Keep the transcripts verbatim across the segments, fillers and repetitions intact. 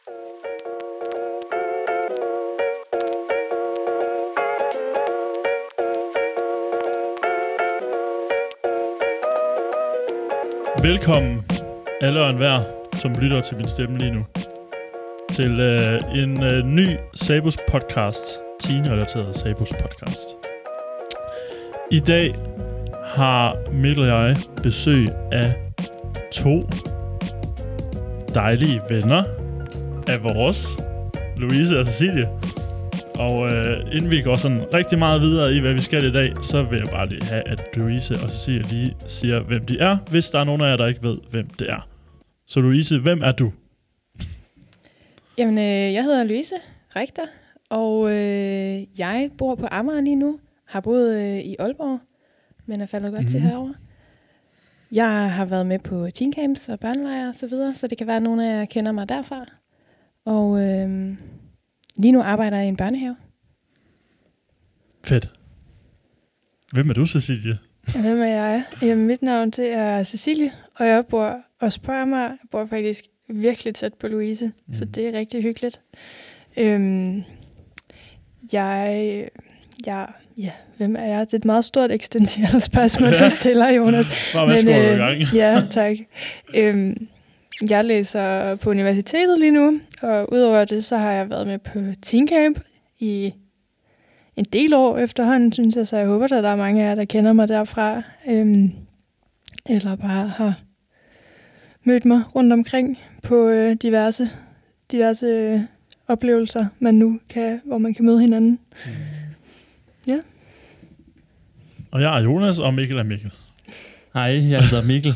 Velkommen alle og enhver, som lytter til min stemme lige nu, til øh, en øh, ny Sabus podcast, teen-relateret Sabus podcast. I dag har Mikkel og jeg besøg af to dejlige venner af vores, Louise og Cecilie. Og øh, inden vi går sådan rigtig meget videre i, hvad vi skal i dag, så vil jeg bare lige have, at Louise og Cecilie lige siger, hvem de er, hvis der er nogen af jer, der ikke ved, hvem det er. Så Louise, hvem er du? Jamen, øh, jeg hedder Louise Richter, og øh, jeg bor på Amager lige nu. Har boet øh, i Aalborg, men er faldet godt mm-hmm. til herover. Jeg har været med på teencamps og børnelejre og så videre, så det kan være, at nogle af jer kender mig derfra. Og øh, lige nu arbejder jeg i en børnehave. Fedt. Hvem er du, Cecilie? Hvem er jeg? Jamen, mit navn det er Cecilie, og jeg bor også på Amager. Jeg bor faktisk virkelig tæt på Louise, mm. så det er rigtig hyggeligt. Øhm, jeg... jeg ja, hvem er jeg? Det er et meget stort eksistentielt spørgsmål, du stiller, Jonas. Bare værsgo i gang. Ja, tak. Øhm, jeg læser på universitetet lige nu, og udover det, så har jeg været med på teencamp i en del år efterhånden, synes jeg, så jeg håber, at der er mange af jer, der kender mig derfra, øhm, eller bare har mødt mig rundt omkring på øh, diverse, diverse øh, oplevelser, man nu kan, hvor man kan møde hinanden. Mm. Ja. Og jeg er Jonas, og Mikkel er Mikkel. Hej, jeg hedder Mikkel.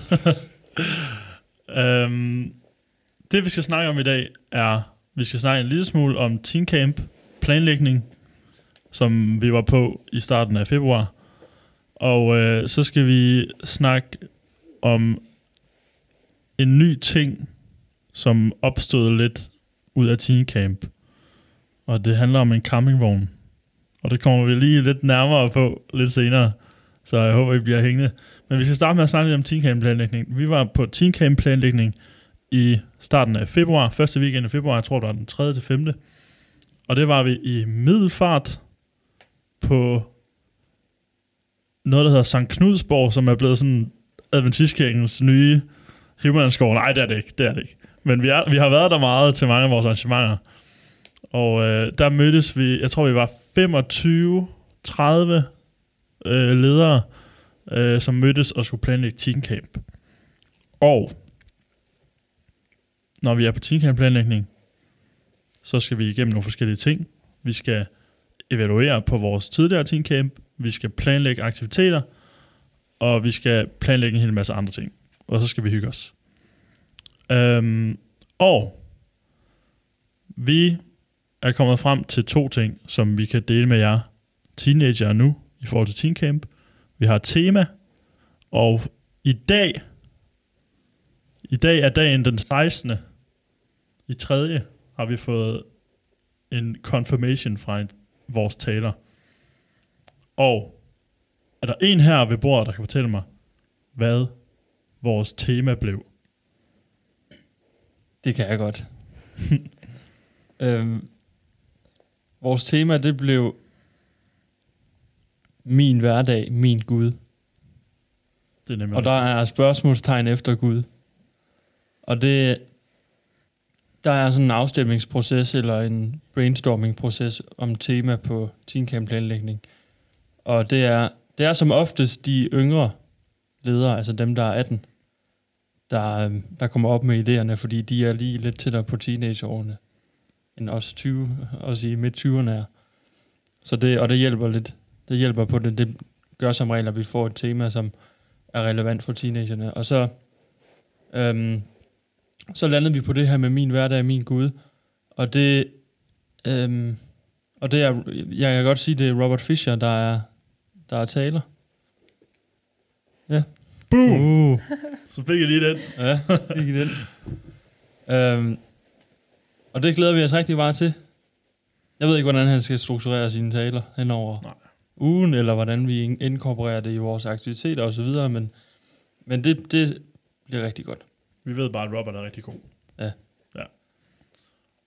øhm, det vi skal snakke om i dag er, vi skal snakke en lille smule om teencamp, planlægning, som vi var på i starten af februar. Og øh, så skal vi snakke om en ny ting, som opstod lidt ud af teencamp. Og det handler om en campingvogn. Og det kommer vi lige lidt nærmere på lidt senere. Så jeg håber, I bliver hængende. Men vi skal starte med at snakke lidt om teencamp-planlægning. Vi var på teencamp-planlægning i starten af februar. Første weekend af februar, jeg tror det var den tredje til femte. Og det var vi i Middelfart på noget, der hedder Sankt Knudsborg, som er blevet sådan Adventistkirkens nye Himmellandsgård. Nej, det er det ikke. Det er det ikke. Men vi, er, vi har været der meget til mange af vores arrangementer. Og øh, der mødtes vi, jeg tror vi var femogtyve tredive øh, ledere, øh, som mødtes og skulle planlægge teencamp. Og når vi er på teencamp-planlægning, så skal vi igennem nogle forskellige ting. Vi skal evaluere på vores tidligere teencamp, vi skal planlægge aktiviteter, og vi skal planlægge en hel masse andre ting. Og så skal vi hygge os. Øhm, og vi er kommet frem til to ting, som vi kan dele med jer teenager nu, i forhold til teencamp. Vi har et tema, og i dag, i dag er dagen den sekstende i tredje, har vi fået en confirmation fra en, vores taler. Og er der en her ved bordet, der kan fortælle mig, hvad vores tema blev? Det kan jeg godt. øhm, vores tema, det blev min hverdag, min Gud. Det er nemlig og der er spørgsmålstegn efter Gud. Og det, der er sådan en afstemningsproces eller en brainstorming-proces om tema på teencamp-planlægning. Og det er, det er som oftest de yngre ledere, altså dem, der er atten, der, der kommer op med idéerne, fordi de er lige lidt tættere på teenageårene, end os tyve, også i midt-tyverne er. Så det, og det hjælper lidt. Det hjælper på det. Det gør som regel, at vi får et tema, som er relevant for teenagerne. Og så, øhm, så landede vi på det her med min hverdag, min Gud. Og det, øhm, og det er, jeg kan godt sige, det er Robert Fisher, der er, der er taler. Ja. Boom! Uh. Så fik jeg lige den. Ja, fik jeg den. øhm, og det glæder vi os rigtig meget til. Jeg ved ikke, hvordan han skal strukturere sine taler henover Nej. ugen, eller hvordan vi inkorporerer det i vores aktiviteter og så videre, men, men det, det bliver rigtig godt. Vi ved bare, at Robert er rigtig god. Ja. ja.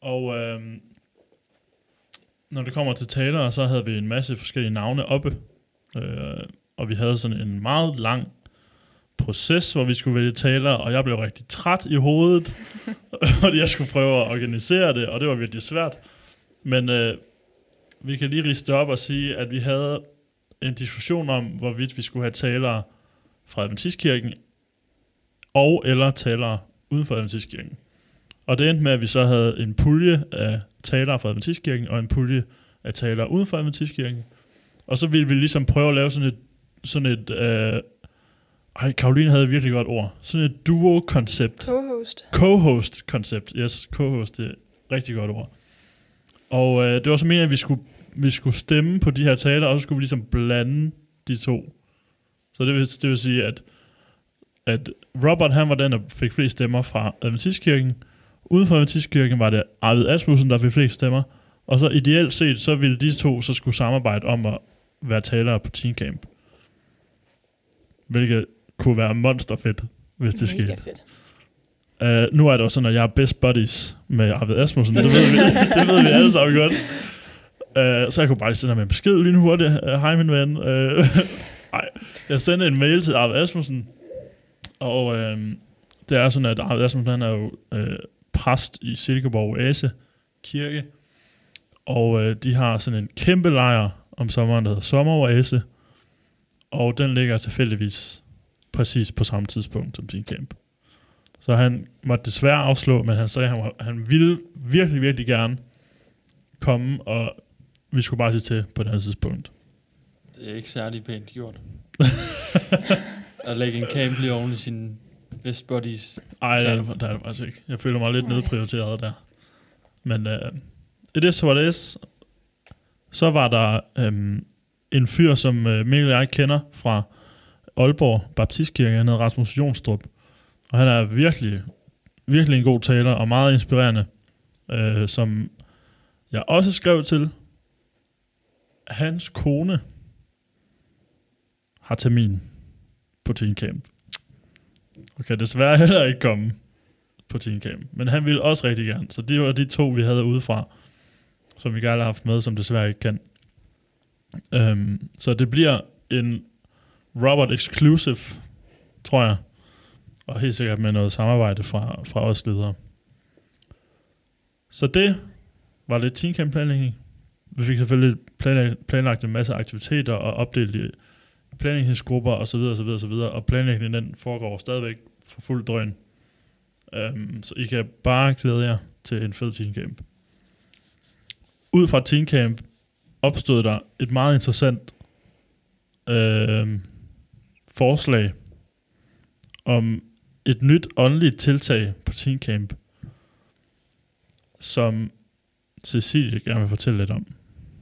Og øh, når det kommer til talere, så havde vi en masse forskellige navne oppe. Øh, og vi havde sådan en meget lang proces, hvor vi skulle vælge talere, og jeg blev rigtig træt i hovedet, fordi jeg skulle prøve at organisere det, og det var virkelig svært. Men øh, vi kan lige riste op og sige, at vi havde en diskussion om, hvorvidt vi skulle have talere fra Adventistkirken, og eller talere uden for Adventistkirken. Og det endte med, at vi så havde en pulje af talere fra Adventistkirken, og en pulje af talere uden for Adventistkirken. Og så ville vi ligesom prøve at lave sådan et, sådan et øh, ej, Karoline havde et virkelig godt ord. Sådan et duo-koncept. Co-host. Co-host-koncept. Yes, co-host, det er et rigtig godt ord. Og øh, det var så meningen, at vi skulle, vi skulle stemme på de her taler, og så skulle vi ligesom blande de to. Så det vil, det vil sige, at, at Robert, han var den, der fik flest stemmer fra Adventistkirken. Uden for Adventistkirken var det Arvid Asmussen, der fik flest stemmer. Og så ideelt set, så ville de to så skulle samarbejde om at være talere på Teen Camp. Hvilket kunne være monsterfedt, hvis det skete. Fedt. Uh, nu er det også sådan, at jeg er best buddies med Arvid Asmussen. Det ved vi, det ved vi alle sammen godt. Uh, så jeg kunne bare sende ham en besked lige nu hurtigt. Hej uh, min ven. Uh, ej. Jeg sendte en mail til Arvid Asmussen. Og uh, det er sådan, at Arvid Asmussen han er jo uh, præst i Silkeborg Oase Kirke. Og uh, de har sådan en kæmpe lejr om sommeren, der hedder Sommer Oase. Og den ligger tilfældigvis præcis på samme tidspunkt som Teen Camp. Så han måtte desværre afslå, men han sagde, at han, han ville virkelig, virkelig gerne komme, og vi skulle bare sige til på et andet tidspunkt. Det er ikke særlig pænt gjort. At lægge en camp lige oven i sin best buddies. Ej, det er det, det er det faktisk ikke. Jeg føler mig lidt nedprioriteret der. Men uh, it is what it is. Så var der um, en fyr, som uh, Mikkel og jeg kender fra Aalborg Baptistkirke. Han hedder Rasmus Jonstrup. Og han er virkelig, virkelig en god taler og meget inspirerende, uh, som jeg også skrev til. Hans kone har termin på Teen Camp. Og kan desværre heller ikke komme på Teen Camp. Men han ville også rigtig gerne. Så det var de to, vi havde udefra, som vi gerne har haft med, som desværre ikke kan. Um, så det bliver en Robert Exclusive, tror jeg. Og helt sikkert med noget samarbejde fra, fra os ledere. Så det var lidt Teen Camp planlægning. Vi fik selvfølgelig planlagt, planlagt en masse aktiviteter og opdelt i planlægningsgrupper og så videre, så videre, så videre. Og planlægningen den foregår stadigvæk for fuld drøn. Um, så I kan bare glæde jer til en fed Teen Camp. Ud fra Teen Camp opstod der et meget interessant øh, forslag om et nyt åndeligt tiltag på Teen Camp, som Cecilie gerne vil fortælle lidt om.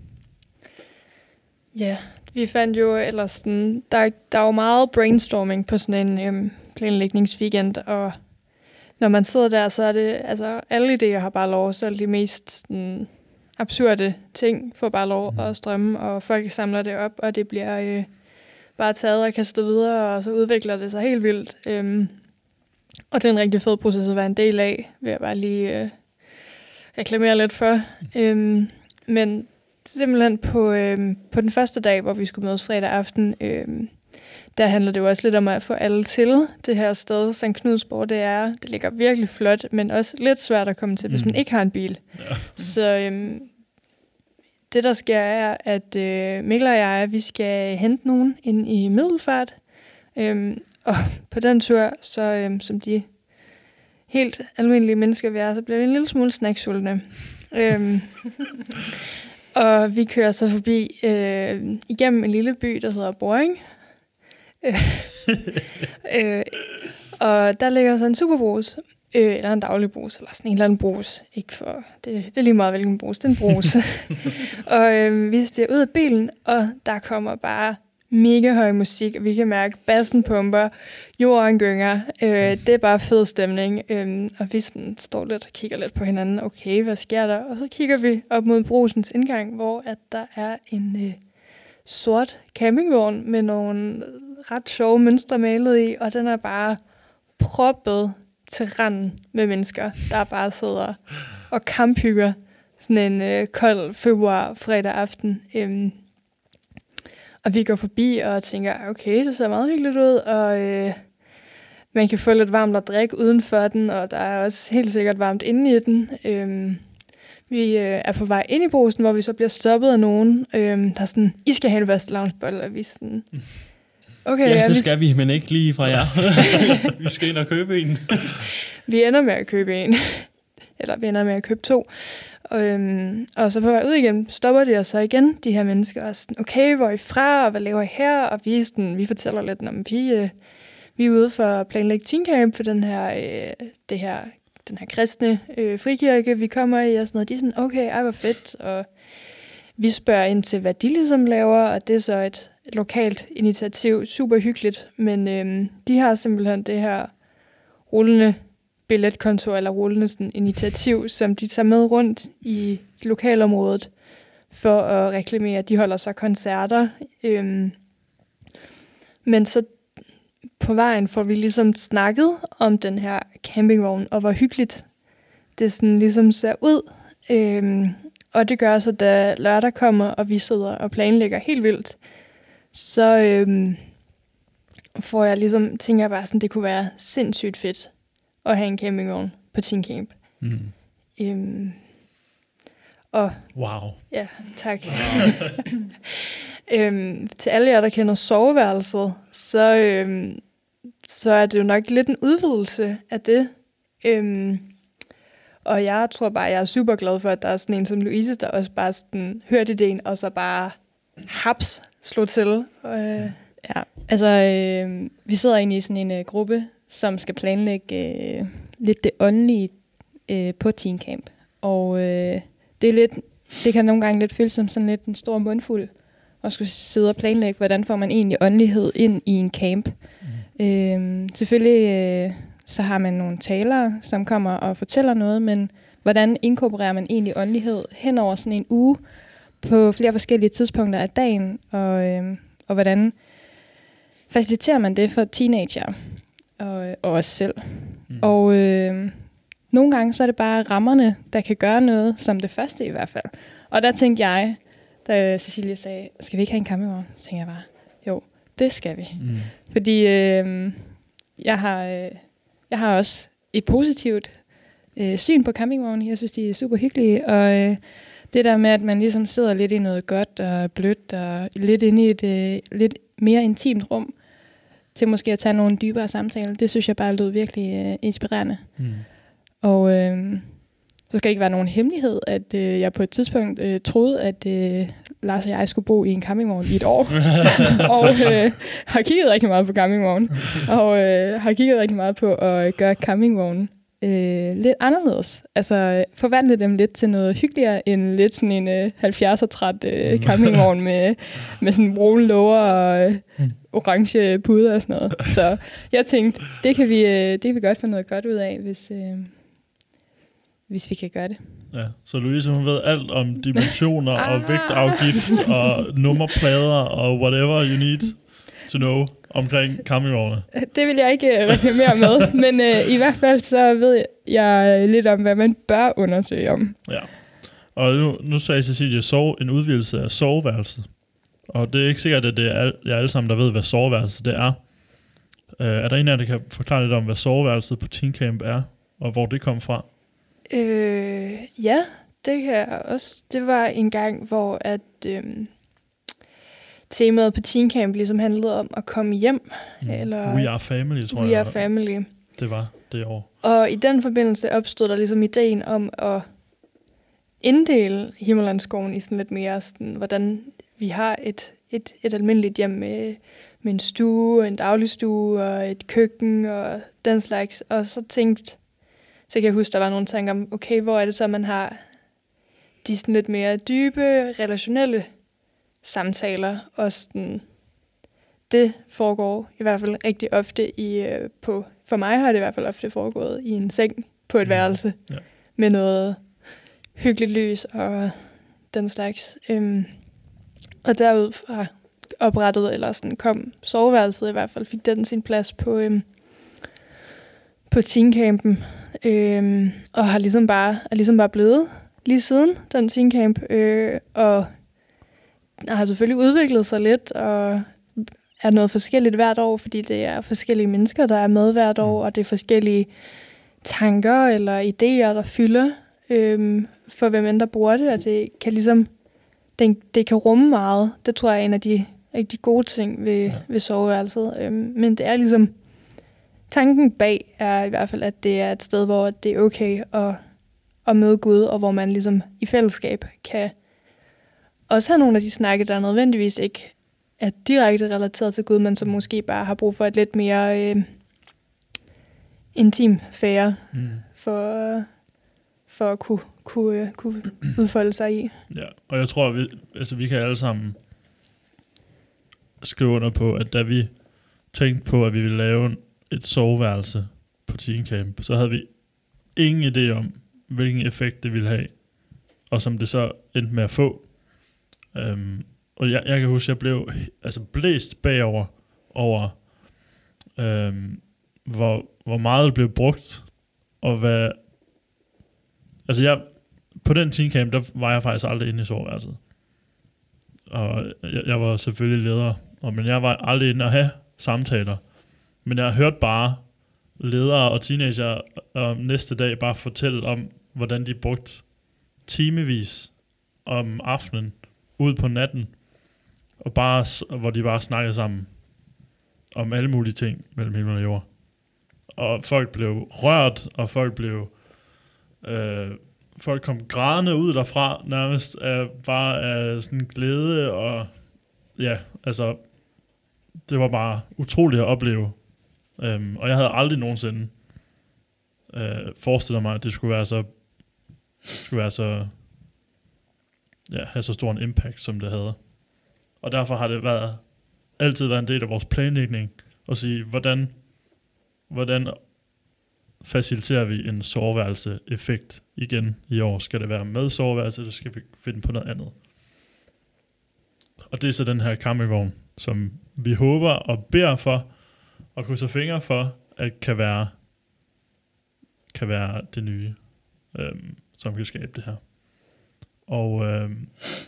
Ja, vi fandt jo ellers sådan, der, der er jo meget brainstorming på sådan en øhm, planlægningsweekend, og når man sidder der, så er det, altså alle idéer har bare lov, så er de mest sådan, absurde ting får bare lov at strømme, og folk samler det op, og det bliver øh, bare taget og kastet videre, og så udvikler det sig helt vildt. Øhm, og det er en rigtig fed proces at være en del af, vil jeg bare lige øh, reklamere lidt for. Øhm, men simpelthen på, øhm, på den første dag, hvor vi skulle mødes fredag aften, øhm, der handler det jo også lidt om at få alle til det her sted. Sankt Knudsborg, det er, det ligger virkelig flot, men også lidt svært at komme til, mm. hvis man ikke har en bil. Ja. Så øhm, det, der sker, er, at øh, Mikkel og jeg, vi skal hente nogen ind i Middelfart. Øhm, og på den tur, så øhm, som de helt almindelige mennesker vi er, så bliver vi en lille smule snacksultne. øhm, og vi kører så forbi øh, igennem en lille by, der hedder Boring. øh, og der ligger så en superbrus, øh, eller en daglig brus, eller sådan en eller anden brus. Ikke for, det, det er lige meget, hvilken brus. Det er en brus. og øh, vi stiger ud af bilen, og der kommer bare mega høj musik, og vi kan mærke, bassen pumper, jorden gynger. Øh, det er bare fed stemning. Øh, og vi sådan står lidt og kigger lidt på hinanden. Okay, hvad sker der? Og så kigger vi op mod brusens indgang, hvor at der er en øh, sort campingvogn med nogle ret sjove mønstre malet i, og den er bare proppet til randen med mennesker, der bare sidder og kamphygger sådan en øh, kold februar fredag aften. Øhm, og vi går forbi og tænker, okay, det ser meget hyggeligt ud, og øh, man kan få lidt varmt at drikke uden for den, og der er også helt sikkert varmt inde i den. Øhm, vi øh, er på vej ind i Brugsen, hvor vi så bliver stoppet af nogen, øhm, der er sådan, I skal have en fastelavnsbolle, og vi er sådan... Okay, ja, ja, det vi... skal vi, men ikke lige fra jer. Vi skal ind og købe en. Vi ender med at købe en. Eller vi ender med at købe to. Og, øhm, og så på vej ud igen, stopper de os så igen, de her mennesker. Og sådan, okay, hvor er I fra, og hvad laver I her? Og vi, sådan, vi fortæller lidt om, vi, øh, vi er ude for at planlægge Teen Camp for den her, øh, det her, den her kristne øh, frikirke, vi kommer i. Og sådan noget. De er sådan, okay, ej, hvor fedt. Og vi spørger ind til, hvad de ligesom laver, og det er så et lokalt initiativ, super hyggeligt. Men øhm, de har simpelthen det her rullende billetkontor, eller rullende sådan, initiativ, som de tager med rundt i lokalområdet for at reklamere. De holder så koncerter. Øhm, men så på vejen får vi ligesom snakket om den her campingvogn, og hvor hyggeligt det sådan ligesom ser ud. Øhm, og det gør så, da lørdag kommer, og vi sidder og planlægger helt vildt, så øhm, får jeg ligesom, tænker jeg bare sådan, det kunne være sindssygt fedt at have en campingvogn på Teen Camp. Mm. Øhm, og Wow. ja, tak. øhm, til alle jer, der kender soveværelset, så, øhm, så er det jo nok lidt en udvidelse af det. Øhm, og jeg tror bare, jeg er super glad for, at der er sådan en som Louise, der også bare sådan hørte ideen, og så bare haps slog til. Øh. Ja, altså øh, vi sidder inde i sådan en øh, gruppe, som skal planlægge øh, lidt det åndelige øh, på Teen Camp. Og øh, det er lidt, det kan nogle gange lidt føles som sådan lidt en stor mundfuld, at skulle sidde og planlægge, hvordan får man egentlig åndelighed ind i en camp. Mm. Øh, selvfølgelig øh, så har man nogle talere, som kommer og fortæller noget, men hvordan inkorporerer man egentlig åndelighed hen over sådan en uge på flere forskellige tidspunkter af dagen, og, øh, og hvordan faciliterer man det for teenager og, og os selv. Mm. Og øh, nogle gange så er det bare rammerne, der kan gøre noget, som det første i hvert fald. Og der tænkte jeg, da Cecilie sagde, skal vi ikke have en campingvogn? Så tænkte jeg bare, jo, det skal vi. Mm. Fordi øh, jeg, har, øh, jeg har også et positivt øh, syn på campingvognen. Jeg synes, de er super hyggelige, og øh, det der med, at man ligesom sidder lidt i noget godt og blødt, og lidt inde i et øh, lidt mere intimt rum, til måske at tage nogle dybere samtaler, det synes jeg bare lød virkelig øh, inspirerende. Mm. Og øh, så skal det ikke være nogen hemmelighed, at øh, jeg på et tidspunkt øh, troede, at øh, Lars og jeg skulle bo i en campingvogn i et år. og øh, har kigget rigtig meget på campingvognen. og øh, har kigget rigtig meget på at gøre campingvognen øh, lidt anderledes. Altså forvandle dem lidt til noget hyggeligere, end lidt sådan en øh, halvfjerdser-træt øh, campingvogn med, med sådan brune låger og øh, orange puder og sådan noget. Så jeg tænkte, det kan vi, øh, det kan vi godt få noget godt ud af, hvis... Øh, hvis vi kan gøre det. Ja, så Louise, hun ved alt om dimensioner og vægtafgift og nummerplader og whatever you need to know omkring campingvogne. Det vil jeg ikke reklamere med, men øh, i hvert fald så ved jeg lidt om, hvad man bør undersøge om. Ja, og nu, nu sagde Cecilie sove, en udvidelse af soveværelset. Og det er ikke sikkert, at det er al, jeg alle sammen, der ved, hvad soveværelset det er. Uh, er der en af jer, der kan forklare lidt om, hvad soveværelset på Teen Camp er, og hvor det kom fra? Øh, ja, det kan jeg også. Det var en gang, hvor at øh, temaet på Teen Camp ligesom handlede om at komme hjem. Mm. Eller We are family, tror we jeg. We are family. Det var det år. Og i den forbindelse opstod der ligesom ideen om at inddele Himmerlandsskoven i sådan lidt mere sådan, hvordan vi har et, et, et almindeligt hjem med, med en stue, en dagligstue og et køkken og den slags. Og så tænkte Så kan jeg huske, der var nogle tanker om, okay, hvor er det så, man har de sådan lidt mere dybe, relationelle samtaler. Og sådan, det foregår i hvert fald rigtig ofte i, på, for mig har det i hvert fald ofte foregået i en seng på et værelse. Ja. Med noget hyggeligt lys og den slags. Øhm, og derudfra oprettet, eller sådan kom soveværelset i hvert fald, fik den sin plads på, øhm, på Teen Campen. øh, og har ligesom bare, er ligesom bare blevet lige siden den teen camp, øh, og har selvfølgelig udviklet sig lidt, og er noget forskelligt hvert år, fordi det er forskellige mennesker, der er med hvert år, og det er forskellige tanker eller idéer, der fylder øh, for hvem end der bruger det, og det kan ligesom, det, det kan rumme meget. Det tror jeg er en af de rigtig gode ting ved, ja. ved soveværelset. Øh, men det er ligesom, tanken bag er i hvert fald, at det er et sted, hvor det er okay at, at møde Gud, og hvor man ligesom i fællesskab kan også have nogle af de snakke, der nødvendigvis ikke er direkte relateret til Gud, men som måske bare har brug for et lidt mere øh, intim fære mm. for, for at kunne, kunne, kunne udfolde sig i. Ja, og jeg tror, at vi, altså, vi kan alle sammen skrive under på, at da vi tænkte på, at vi ville lave et soveværelse på Teen Camp, så havde vi ingen idé om, hvilken effekt det ville have, og som det så endte med at få. Um, og jeg, jeg kan huske, at jeg blev altså blæst bagover over, um, hvor, hvor meget det blev brugt, og hvad... Altså jeg... På den Teen Camp, der var jeg faktisk aldrig inde i soveværelset. Og jeg, jeg var selvfølgelig leder, og, men jeg var aldrig inde at have samtaler. Men jeg hørte bare ledere og teenager og næste dag bare fortælle om, hvordan de brugte timevis om aftenen ud på natten, og bare, hvor de bare snakkede sammen om alle mulige ting mellem himmel og jord. Og folk blev rørt, og folk blev øh, folk kom grædende ud derfra nærmest af, bare af sådan glæde, og ja, altså det var bare utroligt at opleve. Um, og jeg havde aldrig nogensinde øh, forestillet mig, at det skulle være så skulle være så ja, have så stor en impact, som det havde. Og derfor har det været, altid været en del af vores planlægning, at sige, hvordan, hvordan faciliterer vi en soveværelse-effekt igen i år? Skal det være med soveværelse, eller skal vi finde på noget andet? Og det er så den her campingvogn, som vi håber og beder for, og krydser fingre for, at kan være, kan være det nye, øhm, som kan skabe det her. Og øhm,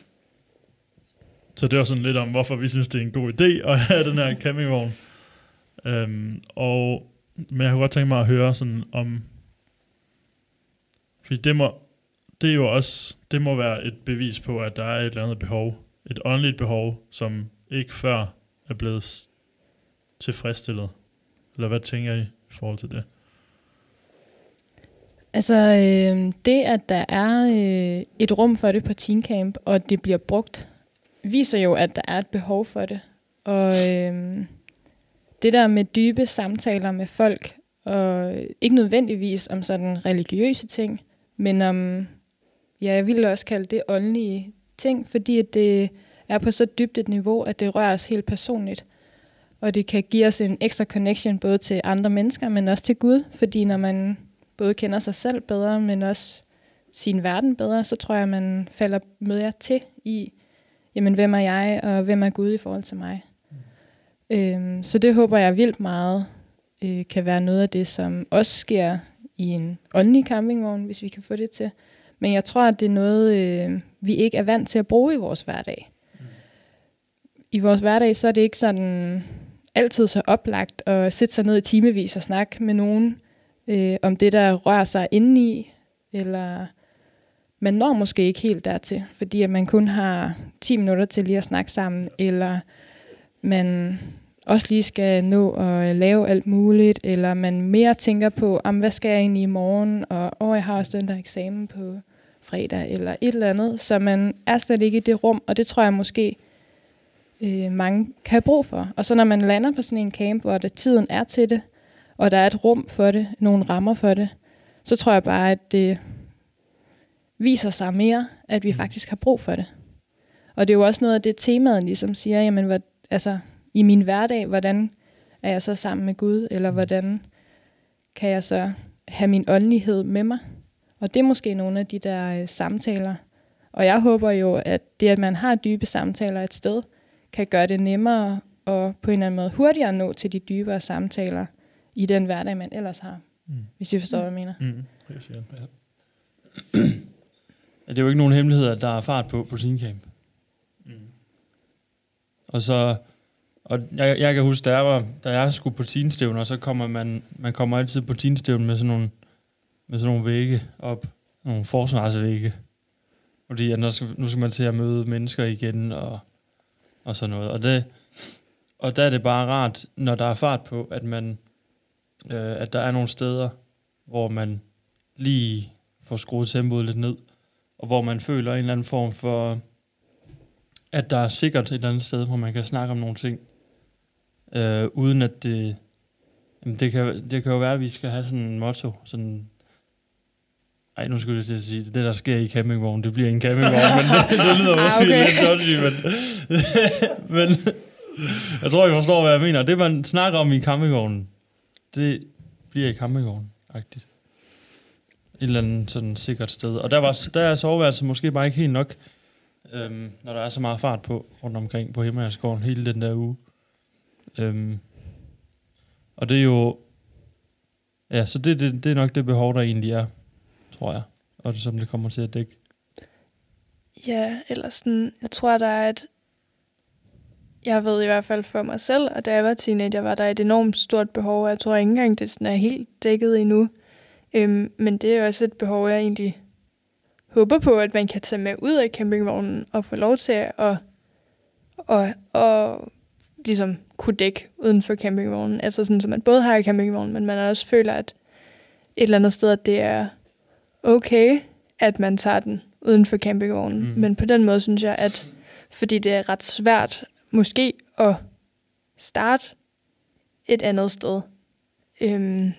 så det er sådan lidt om, hvorfor vi synes, det er en god idé at have den her campingvogn. Øhm, og, men jeg kunne godt tænke mig at høre sådan om, fordi det må, det er jo også, det må være et bevis på, at der er et eller andet behov, et åndeligt behov, som ikke før er blevet tilfredsstillet. Eller hvad tænker I i forhold til det? Altså øh, det, at der er øh, et rum for det på Teen Camp, og det bliver brugt, viser jo, at der er et behov for det. Og øh, det der med dybe samtaler med folk, og ikke nødvendigvis om sådan religiøse ting, men om, ja, jeg ville også kalde det åndelige ting, fordi at det er på så dybt et niveau, at det rører os helt personligt. Og det kan give os en ekstra connection både til andre mennesker, men også til Gud. Fordi når man både kender sig selv bedre, men også sin verden bedre, så tror jeg, man falder med jer til i, jamen hvem er jeg, og hvem er Gud i forhold til mig. Mm. Øhm, så det håber jeg vildt meget øh, kan være noget af det, som også sker i en åndelig campingvogn, hvis vi kan få det til. Men jeg tror, at det er noget, øh, vi ikke er vant til at bruge i vores hverdag. Mm. I vores hverdag, så er det ikke sådan altid så oplagt at sætte sig ned i timevis og snakke med nogen øh, om det, der rører sig indeni, eller man når måske ikke helt dertil, fordi at man kun har ti minutter til lige at snakke sammen, eller man også lige skal nå at lave alt muligt, eller man mere tænker på, om hvad skal jeg egentlig i morgen, og åh, jeg har også den der eksamen på fredag, eller et eller andet, så man er slet ikke i det rum, og det tror jeg måske øh, mange kan have brug for. Og så når man lander på sådan en camp, hvor der tiden er til det, og der er et rum for det, nogle rammer for det, så tror jeg bare, at det viser sig mere, at vi faktisk har brug for det. Og det er jo også noget af det, temaet ligesom siger, jamen, hvad, altså, i min hverdag, hvordan er jeg så sammen med Gud, eller hvordan kan jeg så have min åndelighed med mig? Og det er måske nogle af de der øh, samtaler. Og jeg håber jo, at det, at man har dybe samtaler et sted, kan gøre det nemmere og på en eller anden måde hurtigere nå til de dybere samtaler i den hverdag, man ellers har. Mm. Hvis I forstår, hvad jeg mener. Mm. Helt sikkert. Ja. Det er jo ikke nogen hemmelighed, at der er fart på på Teen Camp. Mm. Og så, og jeg, jeg kan huske, da jeg, var, da jeg skulle på teenstævner, så kommer man, man kommer altid på teenstævner med sådan nogle, med sådan nogle vægge op, nogle forsvarsvægge. Fordi at nu, skal, nu skal man til at møde mennesker igen, og, og sådan noget. Og, det, og der er det bare rart, når der er fart på, at man, øh, at der er nogle steder, hvor man lige får skruet tempoet lidt ned, og hvor man føler en eller anden form for, at der er sikkert et eller andet sted, hvor man kan snakke om nogle ting, øh, uden at det, jamen det kan, det kan jo være, at vi skal have sådan en motto, sådan, ej, nu skulle jeg til at sige, det der sker i campingvognen, det bliver en campingvogn, men det, det lyder ah, måske okay. lidt dodgy, men, men jeg tror, I forstår, hvad jeg mener. Det, man snakker om i campingvognen, det bliver i campingvognen-agtigt. Et eller andet sådan sikkert sted. Og der, var, der er soveværelset måske bare ikke helt nok, øhm, når der er så meget fart på rundt omkring på Himmerlandsgården hele den der uge. Øhm, og det er jo, ja, så det, det, det er nok det behov, der egentlig er, tror jeg, og det, som det kommer til at dække. Ja, eller sådan, jeg tror, der er et, jeg ved i hvert fald for mig selv, og da jeg var teenager, var der et enormt stort behov, og jeg tror ikke engang, det sådan er helt dækket endnu. Øhm, men det er også et behov, jeg egentlig håber på, at man kan tage med ud af campingvognen og få lov til at og, og ligesom kunne dække uden for campingvognen. Altså sådan, så man både har i campingvognen, men man også føler, at et eller andet sted, at det er okay, at man tager den uden for campingvognen. Mm. Men på den måde synes jeg, at fordi det er ret svært måske at starte et andet sted, øhm,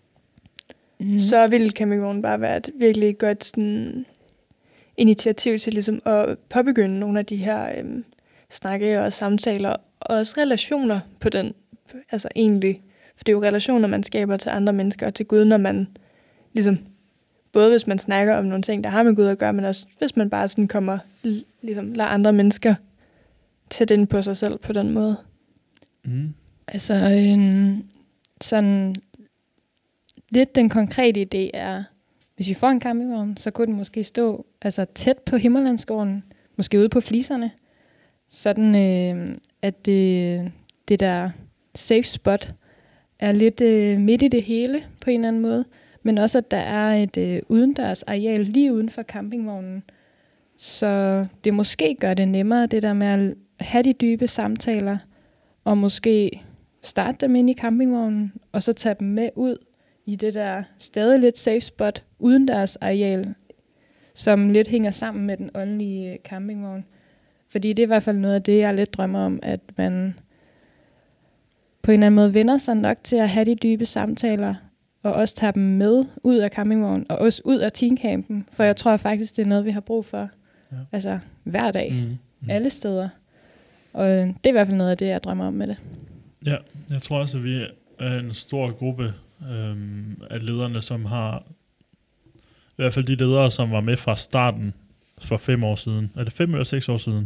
mm. så vil campingvognen bare være et virkelig godt sådan, initiativ til ligesom at påbegynde nogle af de her øhm, snakke og samtaler, og også relationer på den, altså egentlig, for det er jo relationer, man skaber til andre mennesker og til Gud, når man ligesom, både hvis man snakker om nogle ting, der har med Gud at gøre, men også hvis man bare sådan kommer, ligesom lader andre mennesker tage den på sig selv på den måde. Mm. Altså, øhm, sådan lidt den konkrete idé er, hvis vi får en campingvogn, så kunne den måske stå altså tæt på Himmerlandsgården, måske ude på fliserne, sådan øh, at det, det der safe spot er lidt øh, midt i det hele på en eller anden måde, men også at der er et øh, udendørs areal lige uden for campingvognen, så det måske gør det nemmere, det der med at have de dybe samtaler, og måske starte dem ind i campingvognen, og så tage dem med ud i det der stadig lidt safe spot uden deres areal, som lidt hænger sammen med den åndelige campingvogn. Fordi det er i hvert fald noget af det, jeg lidt drømmer om, at man på en eller anden måde vender sig nok til at have de dybe samtaler, og også tage dem med ud af campingvognen, og også ud af teencampen, for jeg tror faktisk, det er noget, vi har brug for. Ja. Altså hver dag, mm. Mm. alle steder. Og det er i hvert fald noget af det, jeg drømmer om med det. Ja, jeg tror også, at vi er en stor gruppe øhm, af lederne, som har, i hvert fald de ledere, som var med fra starten for fem år siden. Er det fem eller seks år siden?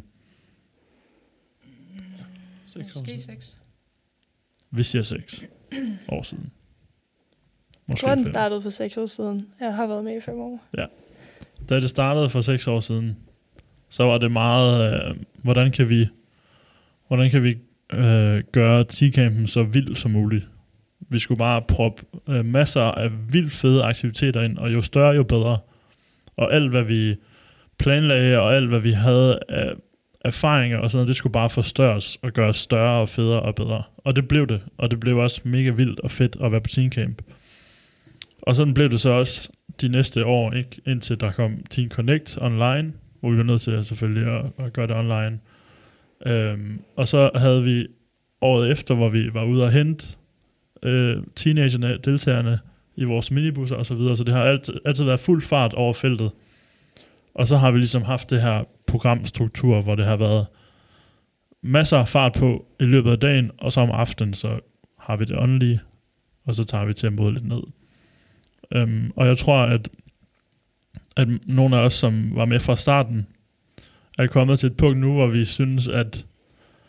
Seks år siden. Seks. Vi siger seks år siden. Måske jeg tror, den startede for seks år siden. Jeg har været med i fem år. Ja. Da det startede for seks år siden, så var det meget, øh, hvordan kan vi, hvordan kan vi øh, gøre T-campen så vild som muligt. Vi skulle bare proppe øh, masser af vildt fede aktiviteter ind, og jo større, jo bedre. Og alt, hvad vi planlagde, og alt, hvad vi havde af erfaringer og sådan noget, det skulle bare forstørres og gøres større og federe og bedre. Og det blev det. Og det blev også mega vildt og fedt at være på Teen Camp. Og sådan blev det så også de næste år, ikke? Indtil der kom Teen Connect online, hvor vi var nødt til selvfølgelig at, at gøre det online. Øhm, og så havde vi året efter, hvor vi var ude og hente øh, teenagerne, deltagerne i vores minibusser og så videre. Så det har altid, altid været fuld fart over feltet. Og så har vi ligesom haft det her programstruktur, hvor det har været masser af fart på i løbet af dagen, og så om aftenen, så har vi det åndelige, og så tager vi tempoet lidt ned. Um, og jeg tror, at, at nogle af os, som var med fra starten, er kommet til et punkt nu, hvor vi synes, at,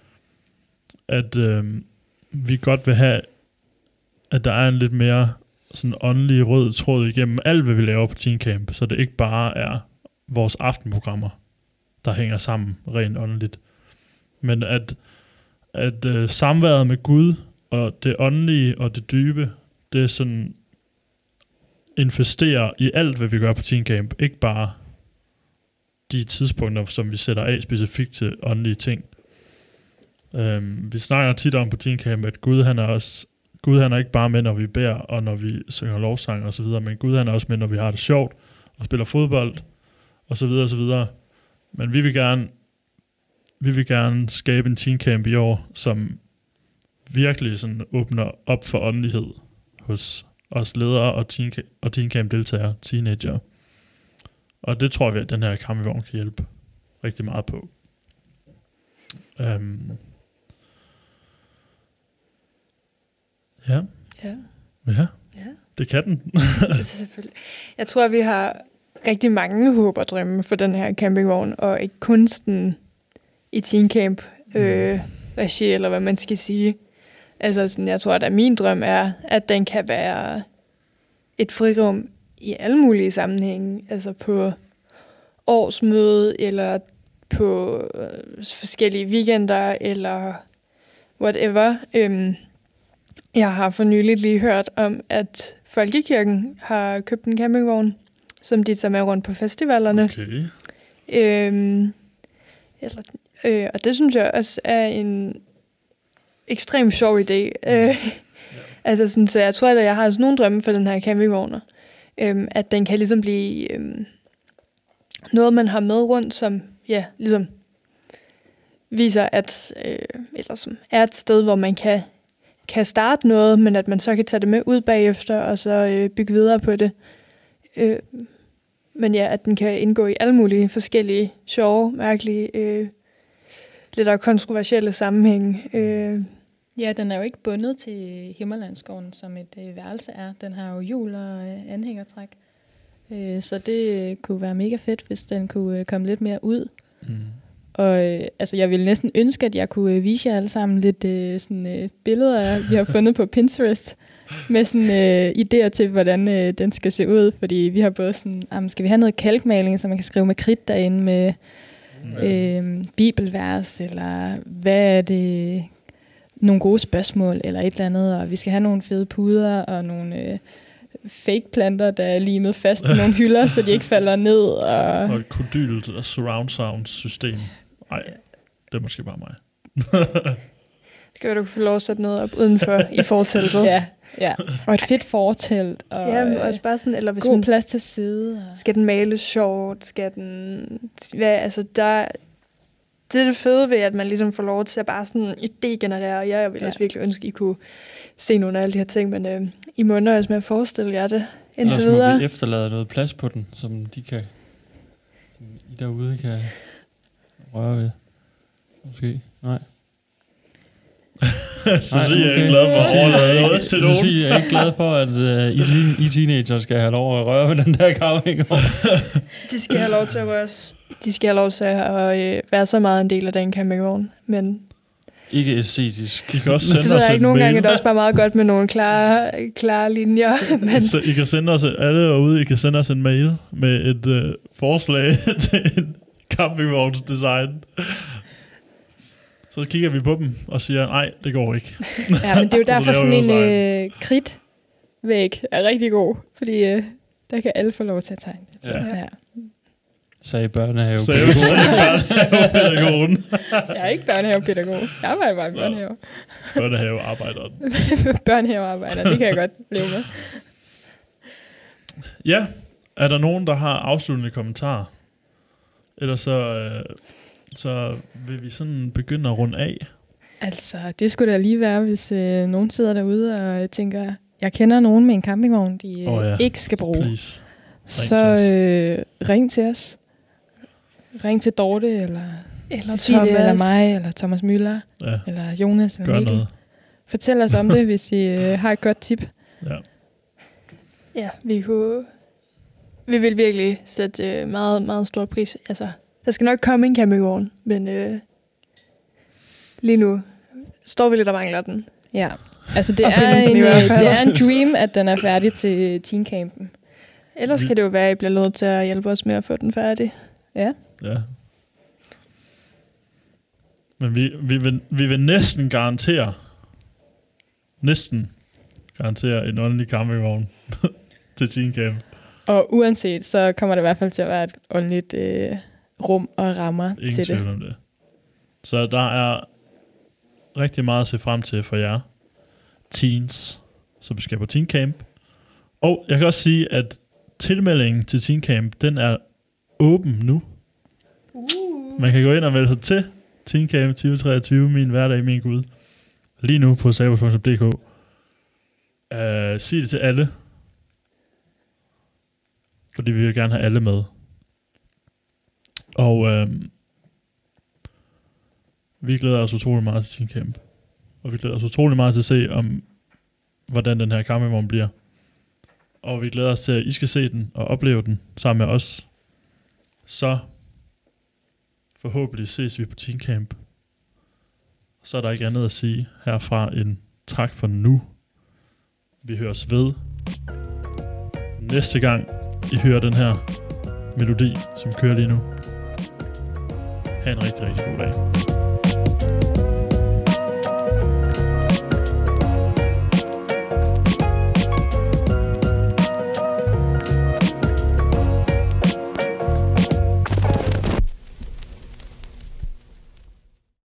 at øhm, vi godt vil have, at der er en lidt mere sådan en åndelig rød tråd igennem alt, hvad vi laver på Teen Camp, så det ikke bare er vores aftenprogrammer, der hænger sammen rent åndeligt. Men at, at øh, samværet med Gud og det åndelige og det dybe, det sådan investerer i alt, hvad vi gør på Teen Camp. Ikke bare de tidspunkter, som vi sætter af specifikt til åndelige ting. Øhm, vi snakker tit om på Teen Camp, at Gud han er også Gud han er ikke bare med, når vi beder og når vi synger lovsang og så videre, men Gud han er også med, når vi har det sjovt og spiller fodbold og så videre og så videre. Men vi vil gerne vi vil gerne skabe en Teen Camp i år, som virkelig sådan åbner op for åndelighed hos os ledere og Teen, og teen Camp deltagere, teenager. Og det tror vi, at den her campingvogn kan hjælpe rigtig meget på. Um, ja. Ja. Ja. Ja. Det kan den. Selvfølgelig. Jeg tror, vi har rigtig mange håb og drømme for den her campingvogn, og ikke kunsten i Teen Camp øh, regi, eller hvad man skal sige. Altså, sådan, jeg tror, at min drøm er, at den kan være et frirum i alle mulige sammenhænge. Altså på årsmøde, eller på øh, forskellige weekender, eller whatever. Øhm, jeg har for nyligt lige hørt om, at Folkekirken har købt en campingvogn, som de tager med rundt på festivalerne. Okay. Øhm, eller, øh, og det synes jeg også er en ekstremt sjov idé. Øh, ja. Altså sådan, så jeg tror, at jeg har sådan nogle drømme for den her campingvogner. Øhm, at den kan ligesom blive øhm, noget, man har med rundt, som ja, ligesom viser, at øh, eller som er et sted, hvor man kan, kan starte noget, men at man så kan tage det med ud bagefter, og så øh, bygge videre på det. Øh, men ja, at den kan indgå i alle mulige forskellige sjove, mærkelige, øh, lidt kontroversielle sammenhænge. Øh, Ja, den er jo ikke bundet til Himmerlandsgården, som et øh, værelse er. Den har jo hjul og øh, anhængertræk. Øh, så det øh, kunne være mega fedt, hvis den kunne øh, komme lidt mere ud. Mm. Og øh, altså, jeg ville næsten ønske, at jeg kunne øh, vise jer alle sammen lidt øh, sådan, øh, billeder, vi har fundet på Pinterest, med sådan øh, idéer til, hvordan øh, den skal se ud. Fordi vi har både sådan, jamen, skal vi have noget kalkmaling, så man kan skrive med kridt derinde med øh, bibelvers, eller hvad er det... nogle gode spørgsmål eller et eller andet, og vi skal have nogle fede puder og nogle øh, fake planter, der er limet fast til nogle hylder, så de ikke falder ned. Og, og et kodylt surround sound system. Nej, det er måske bare mig. det kan være, du kan få lov at sætte noget op udenfor i forteltet. Ja, ja. Og et fedt fortelt. Og, ja, men også bare sådan, eller hvis god man, plads til at sidde. Og... Skal den males sjovt? Skal den... Hvad, altså, der... Det er det fede ved, at man ligesom får lov til at bare sådan idé-generere. Jeg, jeg vil ja. også virkelig ønske, at I kunne se nogle af alle de her ting, men øh, I må nøjes med at forestille jer det indtil videre. videre. Ellers må vi efterlade noget plads på den, som de kan, som I derude kan røre ved. Måske. Nej. så siger jeg ikke glad for at overlade noget til nogen. Så siger jeg ikke glad for, at uh, I, I teenager skal have lov at røre ved den der campingvogn. De skal have lov til at røre. De skal have lov til at øh, være så meget en del af den campingvogn, men... Ikke æstetisk. I kan også sende det ved jeg ikke. Nogle mail. gange er det også bare meget godt med nogle klare, klare linjer. Men... Så I kan sende os, alle derude, I kan sende os en mail med et øh, forslag til en campingvognsdesign. Så kigger vi på dem og siger, nej, det går ikke. Ja, men det er jo derfor sådan en øh, kridtvæg er rigtig god, fordi øh, der kan alle få lov til at tegne. Ja. Ja. Sagde børnehave. Sagde børnehavepædagogen. Jeg er ikke børnehavepædagog. Jeg arbejder bare i børnehave. Børnehavearbejderen. Børnehavearbejder, det kan jeg godt leve med. Ja, er der nogen, der har afsluttende kommentarer? Eller så, øh, så vil vi sådan begynde at runde af. Altså, det skulle da lige være, hvis øh, nogen sidder derude og tænker, jeg kender nogen med en campingvogn, de øh, oh, ja. ikke skal bruge. Please. Ring så øh, ring til os. Ring til Dorte, eller, eller Cecilie, Thomas. eller mig, eller Thomas Müller, ja. eller Jonas, eller Gør Mikkel. noget. Fortæl os om det, hvis I øh, har et godt tip. Ja, ja vi kunne... Vi vil virkelig sætte øh, meget, meget stor pris. Altså, der skal nok komme en campingvogn, men øh, lige nu står vi lidt og mangler den. Ja. Altså, det Og er, finde den en, i øh, hvert fald. det er en dream, at den er færdig til teencampen. Ellers kan det jo være, at I bliver nødt til at hjælpe os med at få den færdig. Ja. Ja. Men vi, vi, vil, vi vil næsten garantere, næsten garantere en åndelig campingvogn til teencamp. Og uanset, så kommer det i hvert fald til at være et åndeligt øh, rum og rammer Ingen til tvivl det. om det. Så der er rigtig meget at se frem til for jer teens, som skal på teencamp. Og jeg kan også sige, at tilmeldingen til teencamp, den er åben nu. Uh. Man kan gå ind og melde sig til teencamp tyve treogtyve, min hverdag, min Gud. Lige nu på sabers punktum d k. Uh, sig det til alle. Fordi vi vil gerne have alle med. Og uh, vi glæder os utrolig meget til teencamp. Og vi glæder os utrolig meget til at se, om hvordan den her campingvogn bliver. Og vi glæder os til, at I skal se den og opleve den sammen med os. Så forhåbentlig ses vi på teencamp. Så er der ikke andet at sige herfra end tak for nu. Vi høres ved næste gang I hører den her melodi, som kører lige nu. Ha' en rigtig, rigtig god dag.